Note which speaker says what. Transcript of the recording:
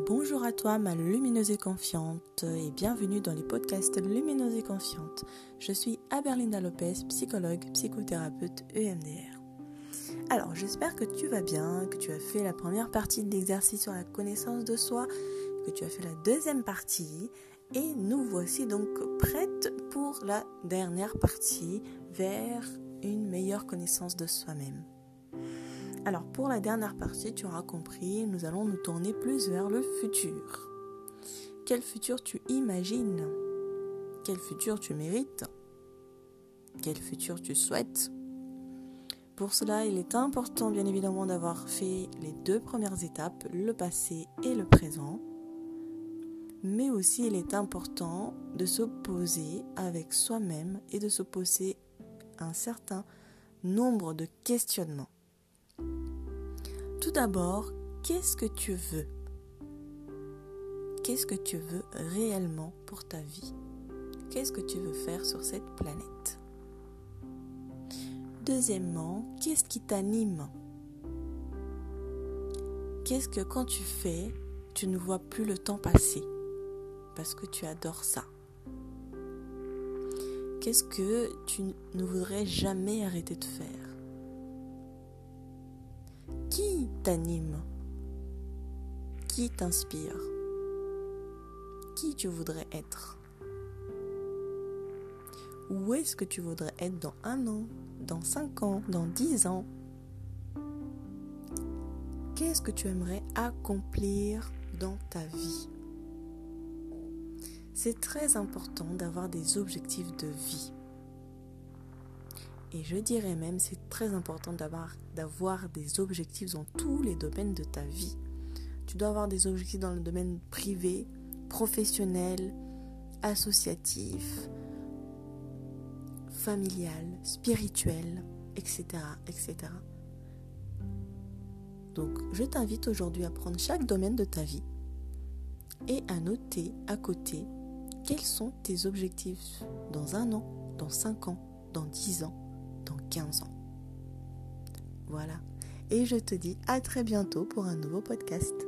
Speaker 1: Bonjour à toi ma lumineuse et confiante et bienvenue dans les podcasts Lumineuse et Confiante. Je suis Aberlinda Lopez, psychologue, psychothérapeute EMDR. Alors j'espère que tu vas bien, que tu as fait la première partie de l'exercice sur la connaissance de soi, que tu as fait la deuxième partie et nous voici donc prêtes pour la dernière partie vers une meilleure connaissance de soi-même. Alors pour la dernière partie, tu auras compris, nous allons nous tourner plus vers le futur. Quel futur tu imagines? Quel futur tu mérites? Quel futur tu souhaites? Pour cela, il est important bien évidemment d'avoir fait les deux premières étapes, le passé et le présent. Mais aussi il est important de se poser avec soi-même et de se poser un certain nombre de questionnements. Tout d'abord, qu'est-ce que tu veux? Qu'est-ce que tu veux réellement pour ta vie? Qu'est-ce que tu veux faire sur cette planète? Deuxièmement, qu'est-ce qui t'anime? Qu'est-ce que quand tu fais, tu ne vois plus le temps passer parce que tu adores ça? Qu'est-ce que tu ne voudrais jamais arrêter de faire? Qui t'anime? Qui t'inspire? Qui tu voudrais être? Où est-ce que tu voudrais être dans 1 an, dans 5 ans, dans 10 ans? Qu'est-ce que tu aimerais accomplir dans ta vie? C'est très important d'avoir des objectifs de vie. Et je dirais même, c'est très important d'avoir des objectifs dans tous les domaines de ta vie. Tu dois avoir des objectifs dans le domaine privé, professionnel, associatif, familial, spirituel, etc., etc. Donc, je t'invite aujourd'hui à prendre chaque domaine de ta vie et à noter à côté quels sont tes objectifs dans 1 an, dans 5 ans, dans 10 ans, dans 15 ans. Voilà. Et je te dis à très bientôt pour un nouveau podcast.